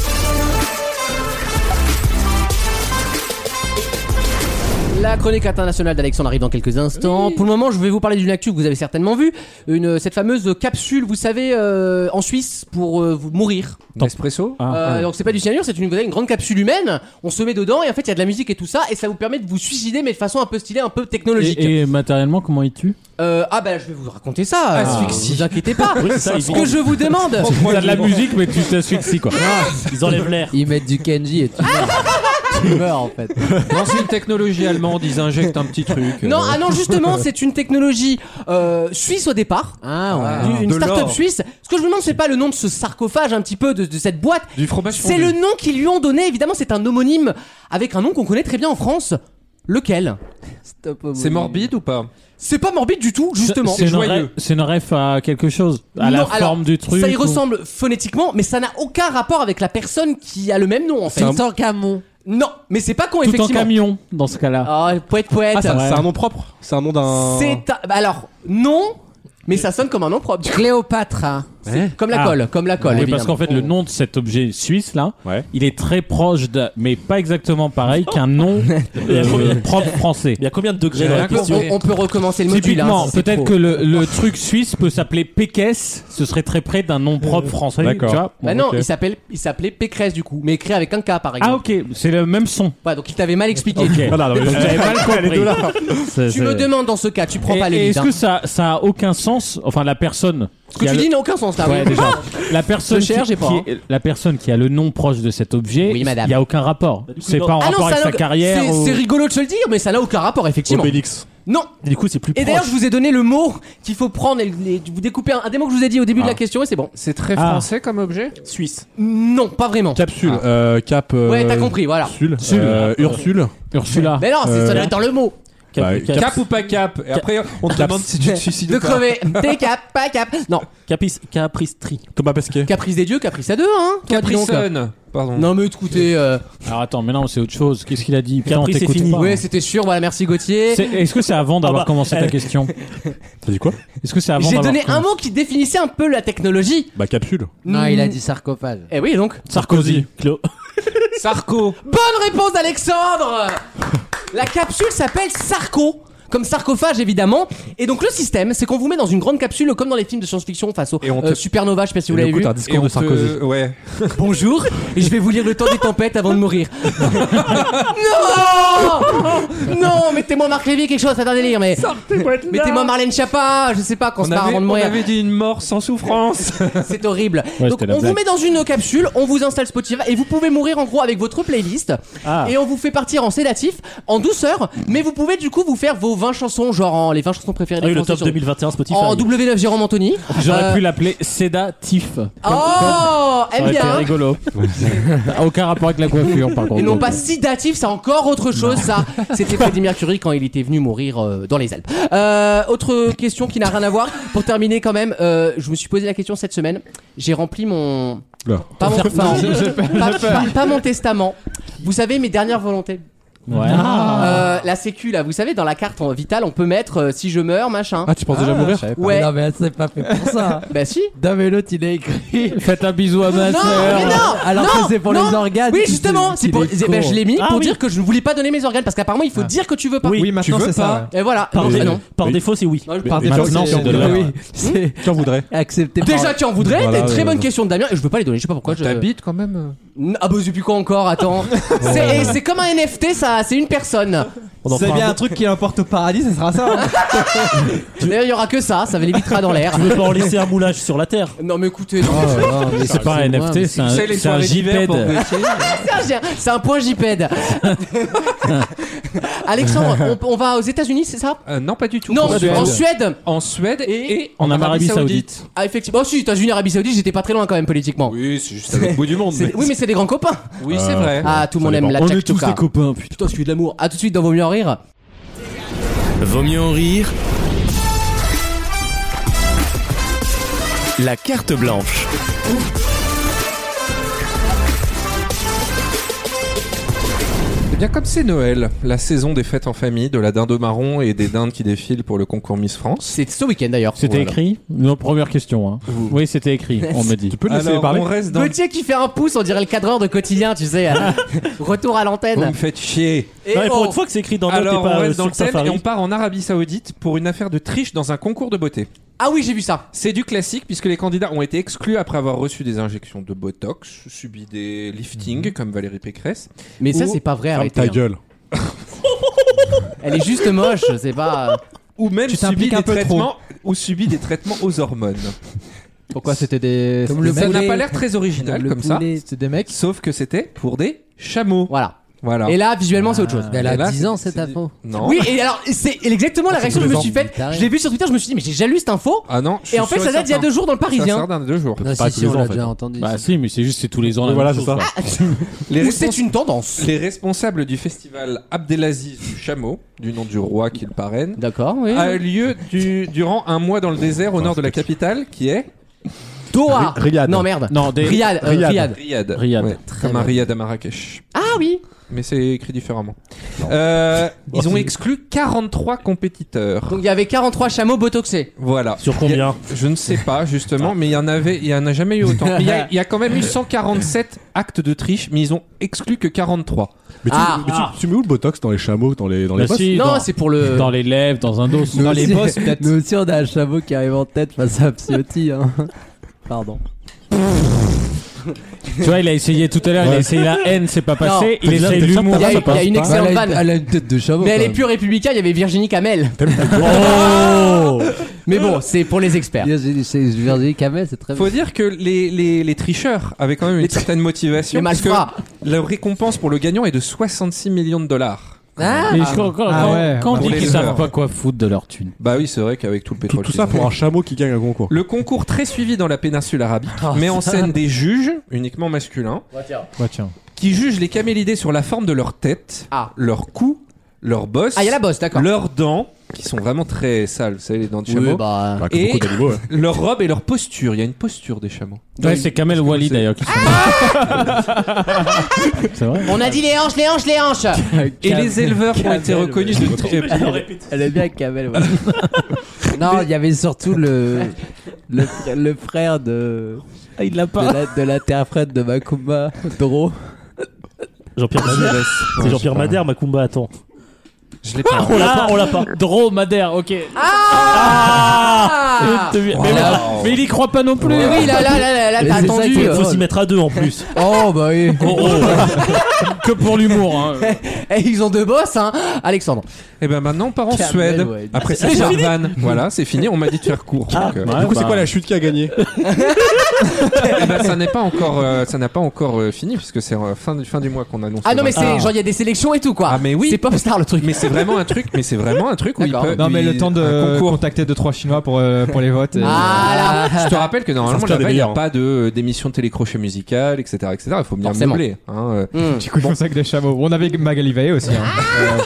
La chronique internationale d'Alexandre arrive dans quelques instants. Pour le moment, je vais vous parler d'une actu que vous avez certainement vue. Une, cette fameuse capsule, vous savez, euh, en Suisse, pour euh, vous mourir. Nespresso Ah, Euh, ouais. donc c'est pas du cyanure, c'est une, vous avez une grande capsule humaine. On se met dedans et en fait il y a de la musique et tout ça et ça vous permet de vous suicider mais de façon un peu stylée, un peu technologique. Et, et matériellement, comment il tue Euh, ah bah je vais vous raconter ça. euh, Asphyxie. vous inquiétez pas. Oui, ça, ils Ce que je vous demande. T'as de la musique, mais tu t'asphyxies quoi. Ils enlèvent l'air. Ils mettent du Kenji et tu meurs. Tu meurs en fait. Non, c'est une technologie allemande, ils injectent un petit truc. euh, Non, ah non, justement, c'est une technologie euh, suisse au départ. Ah ouais. Ah, Une- une de start-up l'or. suisse. Ce que je vous demande, c'est pas le nom de ce sarcophage, un petit peu de, de cette boîte. Du fromage C'est fondu. le nom qu'ils lui ont donné. Évidemment, c'est un homonyme avec un nom qu'on connaît très bien en France. Lequel? C'est morbide ou pas? C'est pas morbide du tout, justement. C'est une, joyeux. ref- c'est une ref à quelque chose, à la Non, forme alors, du truc. Ça y ou- ressemble phonétiquement, mais ça n'a aucun rapport avec la personne qui a le même nom en fait. C'est un camon. Non, mais c'est pas con, Tout en effectivement. camion dans ce cas-là. Ah, poète, poète. Ah, c'est Ouais. c'est un nom propre. C'est un nom d'un. C'est un- bah alors, non, mais ça sonne comme un nom propre. du coup. Cléopâtre. C'est comme la Ah. colle, comme la colle. Oui, évidemment. parce qu'en fait, le nom de cet objet suisse là, Ouais. il est très proche, de, mais pas exactement pareil qu'un nom euh, propre français. Il y a combien de degrés J'ai dans la rien question compris. on, on peut recommencer le module. Typiquement, hein, si c'est peut-être trop. que le, le truc suisse peut s'appeler Pékesse, ce serait très près d'un nom propre français. D'accord. Tu vois Bah Bon, non, ok. il s'appelle, il s'appelait Pécresse du coup, mais écrit avec un K par exemple. Ah ok, c'est le même son. Ouais, donc il t'avait mal expliqué. Ok. Voilà, non, mais- Donc, j'avais mal compris. Les deux là. C'est- Tu c'est- me demandes dans ce cas, tu prends Et- pas le et lead. Est-ce hein. que ça, ça a aucun sens? Enfin, la personne. Ce que qui a tu le- dis n'a aucun sens là. Ouais, oui. déjà. La personne, Je cherche, qui, j'ai pas, qui hein. est- la personne qui a le nom proche de cet objet, Oui, madame. il n'y a aucun rapport. du coup, C'est non. pas en Ah non, rapport avec ça sa n'a- carrière. c'est- ou- C'est rigolo de se le dire, mais ça n'a aucun rapport effectivement. Obélix. Non. Et du coup, c'est plus Et proche. d'ailleurs, je vous ai donné le mot qu'il faut prendre. Et les- vous découpez un, un des mots que je vous ai dit au début de la question et c'est bon. C'est très Ah. français comme objet? Suisse. Non, pas vraiment. Capsule. Ah. euh, Cap. euh, Ouais, t'as compris, voilà. Sul. euh, Ursule. Ursula. Mais non, c'est Euh, ça doit être dans le mot. Cap- Bah, cap- Cap ou pas cap? Et après, on te demande si tu te suicides De ou pas. crever. T'es cap, pas cap. Non, Capris- Capristri. Thomas Pesquet. caprice des dieux, caprice à deux, hein. toi, dis donc. Capricone. Pardon. Non, mais écoutez. Euh... Alors attends, mais non, c'est autre chose. Qu'est-ce qu'il a dit? Putain, on Capri, c'est t'écoute fini. pas. Ouais, c'était sûr. Voilà, merci Gauthier. C'est- Est-ce que c'est avant d'avoir Ah bah, commencé ta elle- question? T'as dit quoi? Est-ce que c'est avant J'ai d'avoir donné un commencé- mot qui définissait un peu la technologie. Bah, capsule. Non, il a dit sarcophage. Eh oui, donc. Sarkozy. Clo. Sarko. Bonne réponse d'Alexandre. La capsule s'appelle Sarko. Comme sarcophage évidemment. Et donc le système, c'est qu'on vous met dans une grande capsule comme dans les films de science-fiction face au Et on te- euh, Supernova, je sais pas si vous Et l'avez écoute, vu. un Et discours on de Sarkozy. te... Ouais. Bonjour, et je vais vous lire le temps des tempêtes avant de mourir. non Non, mettez-moi Marc Lévy, quelque chose, c'est un délire, mais... Mettez-moi Marlène Schiappa, je sais pas, qu'on On se part avait, avant de on mourir. avait dit une mort sans souffrance. C'est horrible. Ouais, Donc c'était la on vous blague. met dans une capsule, on vous installe Spotify et vous pouvez mourir en gros avec votre playlist. Ah. Et on vous fait partir en sédatif, en douceur, mais vous pouvez du coup vous faire vos vingt chansons, genre en, les vingt chansons préférées Ah des oui, le Français top sur- deux mille vingt et un Spotify. en W neuf Jérôme Anthony. J'aurais Euh, pu l'appeler sédatif. Oh, Ça aime aurait été bien. rigolo. Ça a aucun rapport avec la coiffure par contre. Et non pas sédatif, c'est encore autre chose ça. C'était Freddie Mercury quand il était venu mourir euh, dans les Alpes. Euh, autre question qui n'a rien à voir. Pour terminer quand même, euh, je me suis posé la question cette semaine. J'ai rempli mon... Là. Pas mon, non, pas, pas- pas mon testament. Vous savez mes dernières volontés. Ouais. Euh, la sécu là, vous savez, dans la carte en vitale, on peut mettre euh, si je meurs, machin. Ah, tu penses déjà mourir? Ouais. Non, mais c'est pas fait pour ça. Bah si. Non, mais l'autre, il a écrit. Faites un bisou à ma Non, sœur. mais non. Alors non, que c'est pour non. les organes. Oui, qu'il- justement. C'est qu'il pour. est eh ben, con. je l'ai mis Ah, pour oui. dire que je ne voulais pas donner mes organes parce qu'apparemment il faut dire que tu veux pas. Oui, Tu maintenant veux c'est ça. Et voilà. Par, Donc, dé- ah non. par défaut, c'est oui. Non, je Mais- pars mais des tu- Maintenant, tu- c'est de tu- l'heure. Oui, c'est Tu en voudrais? accepté. par- Déjà, tu en voudrais. Voilà, T'as une très ouais, bonne ouais. question de Damien et je veux pas les donner. Je sais pas pourquoi. Je... T'habites quand même. Ah bah depuis quand encore? Attends. C'est c'est comme un N F T, ça. C'est une personne. On en C'est fera bien un un truc qui importe au paradis, ça sera ça. hein. D'ailleurs, il y aura que ça. Ça l'évitera dans l'air. Tu veux pas en laisser un moulage sur la terre? Non mais écoutez, non. Oh là là, mais C'est pas un N F T, c'est un, Tu sais, les c'est un soirées d'hiver JPEG. pour Gauthier. C'est un- c'est un point JPEG. Alexandre, on, on va aux États-Unis, c'est ça? Euh, Non, pas du tout. Non, En en Suède. En Suède et, et En Arabie Saoudite. Ah effectivement. Oh si, États-Unis, Arabie Saoudite, j'étais pas très loin quand même politiquement. Oui, c'est juste à l'autre bout du monde. C'est- mais- Oui, mais c'est des grands copains. Oui, c'est vrai. Ah, tout le monde aime la On est tous tchak-tchouka. des copains, putain. Putain, celui de l'amour. À tout de suite dans Vaut mieux en rire. Vaut mieux en rire. La carte blanche. Eh bien, comme c'est Noël, la saison des fêtes en famille, de la dinde au marron et des dindes qui défilent pour le concours Miss France. C'est ce week-end d'ailleurs. C'était Voilà. écrit? Non, première question. Hein. Oui, c'était écrit, on me dit. Tu peux le laisser Alors, parler? on reste dans. Gauthier qui fait un pouce, on dirait le cadreur de quotidien, tu sais. Retour à Vous l'antenne. me faites chier. Et Non, mais pour oh, une fois que c'est écrit dans Note et Alors, on pas euh, reste sur dans le thème Safari. et on part en Arabie Saoudite pour une affaire de triche dans un concours de beauté. Ah oui, j'ai vu ça. C'est du classique puisque les candidats ont été exclus après avoir reçu des injections de botox, subi des liftings comme Valérie Pécresse. Mais ça, Ou- c'est pas vrai, Ferme arrêtez. ta hein. gueule. Elle est juste moche, c'est pas. Ou même Tu subi t'impliques des un peu trop. traitements ou subi des traitements aux hormones. Pourquoi c'était des. Comme c'était le des Ça mecs n'a poulet. pas l'air très original Le comme ça, poulet. C'était des mecs. sauf que c'était pour des chameaux. Voilà. Voilà. Et là, visuellement, c'est autre chose. Elle Et a là, dix ans c'est- cette c'est- info. Non. Oui, et alors, c'est exactement la réaction que je me suis faite. Je l'ai vu sur Twitter, je me suis dit, mais j'ai déjà lu cette info. Ah non. je Et en suis fait, sûr ça date d'il y a certain. deux jours dans le Ça Parisien. sort d'un deux jours. Non, pas si, tous si, les on ans, en l'a fait. déjà entendu. Bah si, mais c'est juste, c'est tous les ans la Voilà, même c'est chose, ça. quoi. Les, Ou respons- c'est une tendance. les responsables du festival Abdelaziz du chameau, du nom du roi qui le parraine, D'accord, oui. a eu lieu du- durant un mois dans le désert au nord de la capitale qui est Doha. Riyad. Non, merde. Non, des... Riyad. euh, Riyad. Riyad. Riyad. Riyad. Ouais, comme un Riyad à Marrakech. Ah oui. Mais c'est écrit différemment. Euh, ils ont exclu quarante-trois compétiteurs. Donc il y avait quarante-trois chameaux botoxés. Voilà. Sur Il y a- combien? Je ne sais pas justement, mais il y en avait, il y en a jamais eu autant. Mais Il y, a- il y a quand même eu cent quarante-sept actes de triche, mais ils ont exclu que quarante-trois. Mais, tu, Ah. mais tu- tu mets où le botox dans les chameaux, dans les, dans les Bah bosses? si, Non, dans, c'est pour le. dans les lèvres, dans un dos. Nous les aussi- bosses, peut-être. Nous aussi, on a un chameau qui arrive en tête face à Psiotti. Hein. Pardon. Tu vois, il a essayé tout à l'heure, il a Ouais. essayé la haine, c'est pas Non. passé. Il Déjà, essaye déjà, l'humour, Il y a, ça il y a passe une pas. excellente elle, a, vanne. elle a une tête de chameau. Mais elle quand est même. plus républicaine, il y avait Virginie Kamel. Oh Mais bon, c'est pour les experts. Virginie- C'est Virginie Kamel, c'est très bien. Faut dire que les, les, les tricheurs avaient quand même une certaine motivation. Les parce que malfrats. la récompense pour le gagnant est de soixante-six millions de dollars. Ah, Mais je- quand, quand- Ah quand- ouais. quand on Pour dit les qu'ils savent heures. pas quoi foutre de leur thune. Bah oui, c'est vrai qu'avec tout le Tout, pétrole. tout qu'ils ça ont. pour un chameau qui gagne un concours. Le concours très suivi dans la péninsule arabique met en scène des juges, uniquement masculins, Ouais, tiens. qui jugent les camélidés sur la forme de leur tête, Ah. leur cou, leur bosse, Ah, il y a la bosse, d'accord. leurs dents, qui sont vraiment très sales, vous savez, les dents de chameau, Oui, bah. Bah, comme Et- beaucoup d'animaux, ouais. leur robe et leur posture. Il y a une posture des chameaux. Ouais, c'est Kamel Wally c'est- d'ailleurs qui sont. C'est vrai. On a dit les hanches, les hanches, les hanches. Et les éleveurs ont été Kamel, reconnus de très... Elle est bien Kamel. Ouais. Non, il y avait surtout le le, fr- le frère de Ah, il l'a de pas. la- de l'interprète de Macumba, Doro. Jean-Pierre Madère. C'est Jean-Pierre Madère, Macumba, attends. Je l'ai pas. On l'a pas, on l'a pas. Dromadaire, ok. Ah. Mais, Wow. mais- mais il y croit pas non plus. Mais oui, là, là, là, là, là, Mais t'as c'est ça attendu. qui est Il faut drôle. s'y mettre à deux en plus. Oh bah oui. Oh, oh. Que pour l'humour. Hein. Et ils ont deux bosses, hein. Alexandre. Et ben maintenant on part en Kamel, Suède. ouais. Après C'est cette fini vanne, voilà, c'est fini. On m'a dit de faire court. Ah, donc, euh, Ouais, Du coup, c'est bah, quoi la chute qui a gagné? eh ben, ça n'est pas encore, euh, ça n'a pas encore euh, fini puisque c'est euh, fin du fin du mois qu'on annonce. Ah le non, mais vainqueur. c'est genre, il y a des sélections et tout, quoi. Ah, mais oui. C'est Popstar le truc. Mais c'est vraiment un truc. Mais c'est vraiment un truc où il D'accord. peut. Non, mais lui- le temps un de concours. contacter deux trois Chinois pour, euh, pour les votes. et- Ah là. Je te rappelle que normalement s'inspire des là-bas il n'y a meilleurs. pas de euh, d'émission télécrochet musicale, et cetera, et cetera. Il faut bien Forcément. meubler. Hein. euh. Hmm. Du coup, ils font ça avec des chameaux. On avait Magali Vaillé aussi. Hein.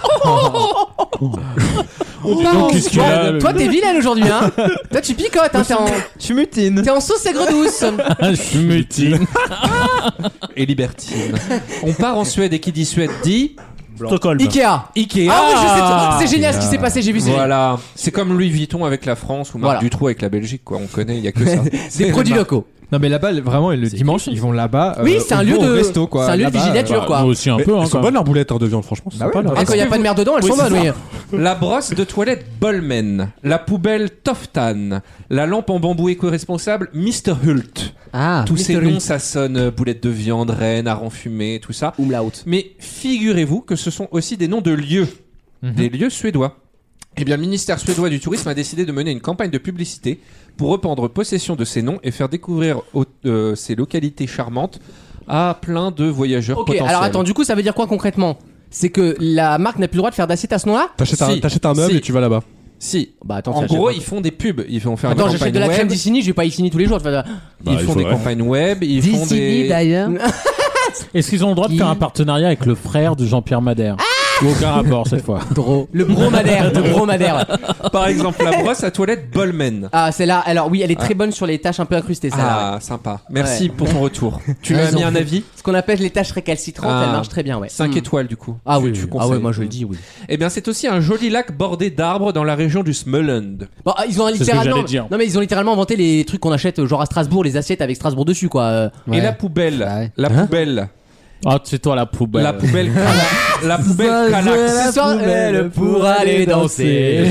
On Donc, part en qu'est-ce qu'il y a, Suède. le- Toi, t'es vilaine aujourd'hui, hein. Toi, tu picotes, hein. T'es en, Tu mutines. t'es en sauce aigre douce. Je suis mutine. Et libertine. On part en Suède et qui dit Suède dit blanc. Stockholm. Ikea. Ikea. Ah oui, je sais, c'est génial ce qui s'est passé, j'ai vu. Voilà, c'est comme Louis Vuitton avec la France ou Marc Voilà. Dutroux avec la Belgique, quoi. On connaît, il y a que ça. Des produits locaux. Non mais là-bas vraiment le dimanche ils vont là-bas. Oui, euh, c'est un au lieu bon de resto quoi. c'est un lieu de Là-bas, villégiature euh, quoi. Moi aussi un Mais peu. Hein, elles sont quand bonnes leurs boulettes de viande, franchement. C'est Bah ouais, sympa, bah leur- Ah, quand il n'y a pas de merde dedans, elles Oui, sont c'est bonnes, ça. oui. La brosse de toilette Bolmen, la poubelle Toftan, la lampe en bambou éco-responsable mister Hult. Ah, Tous ces Mister noms, Hult. ça sonne euh, boulette de viande, reine, hareng fumé, tout ça. Umlaut. Mais figurez-vous que ce sont aussi des noms de lieux, des lieux suédois. Eh bien, le ministère suédois du tourisme a décidé de mener une campagne de publicité pour reprendre possession de ces noms et faire découvrir au- euh, ces localités charmantes à plein de voyageurs Ok, potentiels. alors attends, du coup, ça veut dire quoi concrètement? C'est que la marque n'a plus le droit de faire d'assiette à ce nom-là? T'achètes un, Si. t'achètes un meuble Si. et tu vas là-bas. Si. Bah attends, En ça, gros, j'achète ils font des pubs. Ils vont faire pas. Attends, une j'achète campagne de la web. crème Dissini, je vais pas Issini tous les jours. je vais- Ils Bah, il font des faudrait. campagnes web. Ils font Dissini des. d'ailleurs. Est-ce qu'ils ont le droit de faire un partenariat avec le frère de Jean-Pierre Madère Ou aucun rapport cette fois. Drôle. Le bromadaire, le bromadaire. Par exemple, la brosse à toilette Bolmen. Ah, celle-là, alors oui, elle est très bonne sur les taches un peu incrustées, celle-là. Ah, sympa. Merci Ouais. pour ton retour. Tu lui as Raison. mis un avis? Ce qu'on appelle les taches récalcitrantes, Ah. elle marche très bien, ouais. cinq Mm. étoiles du coup. Ah Tu- oui, tu oui. Ah conseilles. ouais, moi je le dis, oui. Eh bien, c'est aussi un joli lac bordé d'arbres dans la région du Småland. Bon, ah, ils ont ce que littéralement. j'allais dire. Non, mais ils ont littéralement inventé les trucs qu'on achète, euh, genre à Strasbourg, les assiettes avec Strasbourg dessus, quoi. euh. Et la poubelle, Ah ouais. la poubelle, Ah, c'est toi la poubelle. la poubelle, Cala- la poubelle Calax. Ce soir, elle pour aller danser.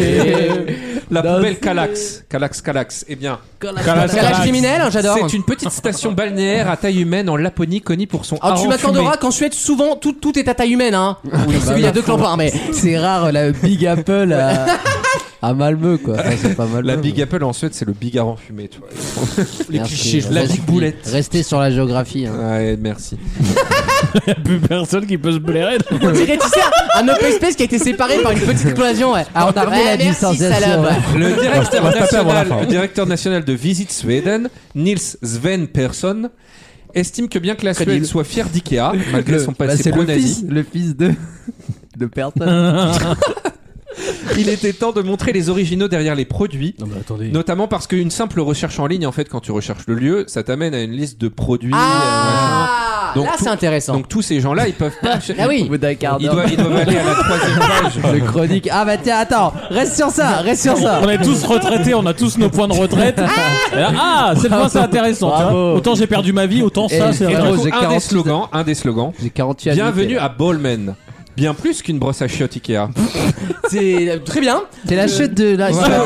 La poubelle Calax, Calax, Calax. Eh bien, Calage criminel, hein, j'adore. c'est une petite station balnéaire à taille humaine en Laponie connue pour son Alors tu hareng m'accorderas fumé. qu'en Suède, souvent, tout, tout est à taille humaine, hein. Oui, bah il y a oui. deux clampins, mais. C'est rare la Big Apple à, à Malmö quoi. Enfin, c'est pas Malmö. La Big Apple en Suède, c'est le Big hareng fumé, tu vois. Les Merci. clichés, je La Restez- Big boulette. Restez sur la géographie. Hein. Ouais, merci. Il n'y a plus personne qui peut se blairer. On dirait, tu sais, un open space qui a été séparé par une petite explosion, ouais. Ah, on a remis Ouais, la merci, distanciation. salope. ouais. Le directeur, On va se taper avant la national, fin. le directeur national de Visit Sweden, Nils Sven Persson, estime que bien que la Suède Crédible. soit fière d'Ikea, malgré son Bah, passé c'est le pro-nazi, fils, le fils de de personne. il était temps de montrer les originaux derrière les produits. Non, mais attendez. Notamment parce qu'une simple recherche en ligne, en fait, quand tu recherches le lieu, ça t'amène à une liste de produits. euh, Ah, Donc, là tout- c'est intéressant. Donc tous ces gens-là, ils peuvent pas. Ah oui. Au bout d'un quart Ils d'heure. doivent, ils doivent aller à la troisième page. Le chronique. Ah bah tiens, attends, reste sur ça, reste sur ça. On est tous retraités, on a tous nos points de retraite. Et là, ah, cette fois c'est intéressant. tu vois. Bravo. Autant j'ai perdu ma vie, autant ça Et- c'est et Et intéressant. du coup, j'ai un des quarante-huit slogans, un des slogans. J'ai quarante-huit Bienvenue annuités. à Bolmen. Bien plus qu'une brosse à chiottes Ikea. C'est euh, très bien. C'est la chute de la Voilà.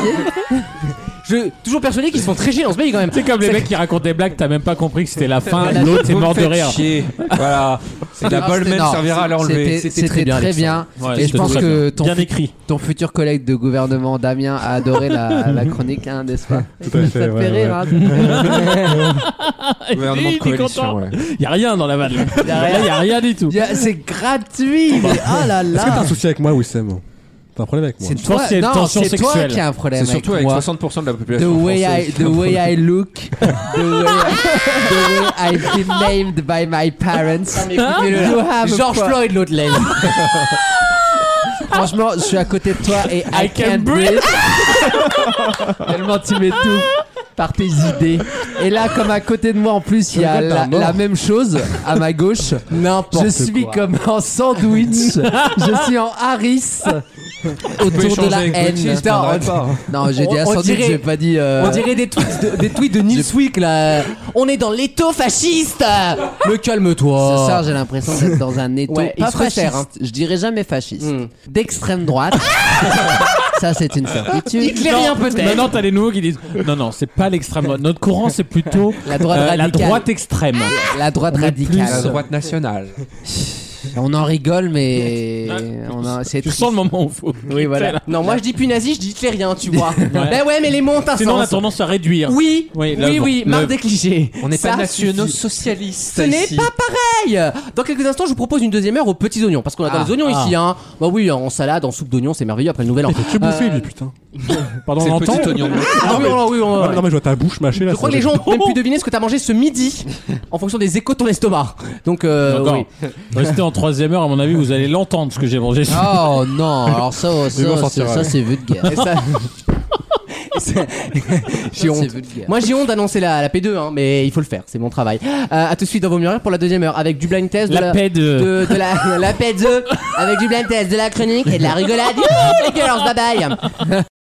Je toujours persuadé qu'ils sont très chiés dans ce pays quand même. C'est comme les mecs qui racontent des blagues, t'as même pas compris que c'était la fin, Voilà, l'autre est vous me mort de faites rire. chier. Voilà. C'est la Non, Bolmen c'était- non, servira à l'enlever. C'était C'était c'était très bien, très bien. Ouais, Et je c'était pense très que ton, bien fu- écrit. ton futur collègue de gouvernement, Damien, a adoré la, la chronique, hein, n'est-ce pas? Tout à Ça fait, te ouais, fait rire, ouais. hein. Gouvernement de Il est coalition, content. ouais. Y a rien dans la vanne. Y a rien, y a rien du tout. Y a- C'est gratuit, mais oh là Est-ce que t'as là. un souci avec moi, Wissem? T'as un problème avec moi? C'est Je pense toi, qu'il y a une non, tension c'est toi sexuelle. qui as un problème C'est surtout avec avec moi. soixante pour cent de la The population way I, française. the way I look, the way, I, the way I've been named by my parents. Mais écoutez-le, You là. have George quoi Floyd l'autre laine. Franchement, je suis à côté de toi et I, I can can't breathe. Tellement tu m'étouffes par tes idées. Et là, comme à côté de moi, en plus, il y a Je la, rigole, t'es un la mort. même chose à ma gauche. N'importe Je suis quoi. comme en sandwich. Je suis en Harris autour de la haine. Putain, Non, j'ai dit On- à on sandwich, dirait- j'ai pas dit. euh, On dirait des tweets de, des tweets de Newsweek là. On est dans l'étau fasciste. Me calme-toi. Ce soir, j'ai l'impression d'être dans un étau Ouais, il pas se resserre, fasciste. Je dirais jamais fasciste. Hmm. D'extrême droite. Ça, c'est une certitude. Hitlérien peut-être. Maintenant, t'as les nouveaux qui disent non, non, c'est pas l'extrême droite. Notre courant, c'est plutôt La droite euh, la radicale. droite extrême. La droite On est radicale. La droite nationale. On en rigole, mais on en- c'est Tu triste. sens le moment où faut. Oui, voilà. Non, moi je dis plus nazi, je dis hitlérien, tu vois. Ben ouais, mais les mots ont un Sinon, on a sens. tendance à réduire. Oui, Oui, oui, l'œuvre. oui, marre L'œuvre. des clichés. On n'est Ça pas nationaux suffit. socialistes. Ce n'est ici. pas pareil. Dans quelques instants, je vous propose une deuxième heure aux petits oignons. Parce qu'on adore Ah, les oignons ah. ici, hein. Bah oui, en salade, en soupe d'oignons, c'est merveilleux après le nouvel an. Tu bouffé, Euh, lui, putain. Pardon, C'est on le entend. petit oignon. Ah oui, on- oui, on- Non, non, mais je vois ta bouche mâchée là. Je crois ça que les me- gens ont même pu deviner ce que t'as mangé ce midi en fonction des échos de ton estomac. Donc, euh, D'accord. oui. Restez en troisième heure, à mon avis, vous allez l'entendre ce que j'ai mangé. Oh non, alors ça, ça, Ils vont c'est- sortir, ça ouais. c'est vulgaire. Et ça, J'ai honte. Moi j'ai honte d'annoncer la, la P deux, hein, mais il faut le faire, c'est mon travail. Euh, à tout de suite dans Vaut mieux en rire pour la deuxième heure avec du blind test. De La P deux. De, de la, la P deux avec du blind test, de la chronique et de la rigolade. Fakers, bye bye.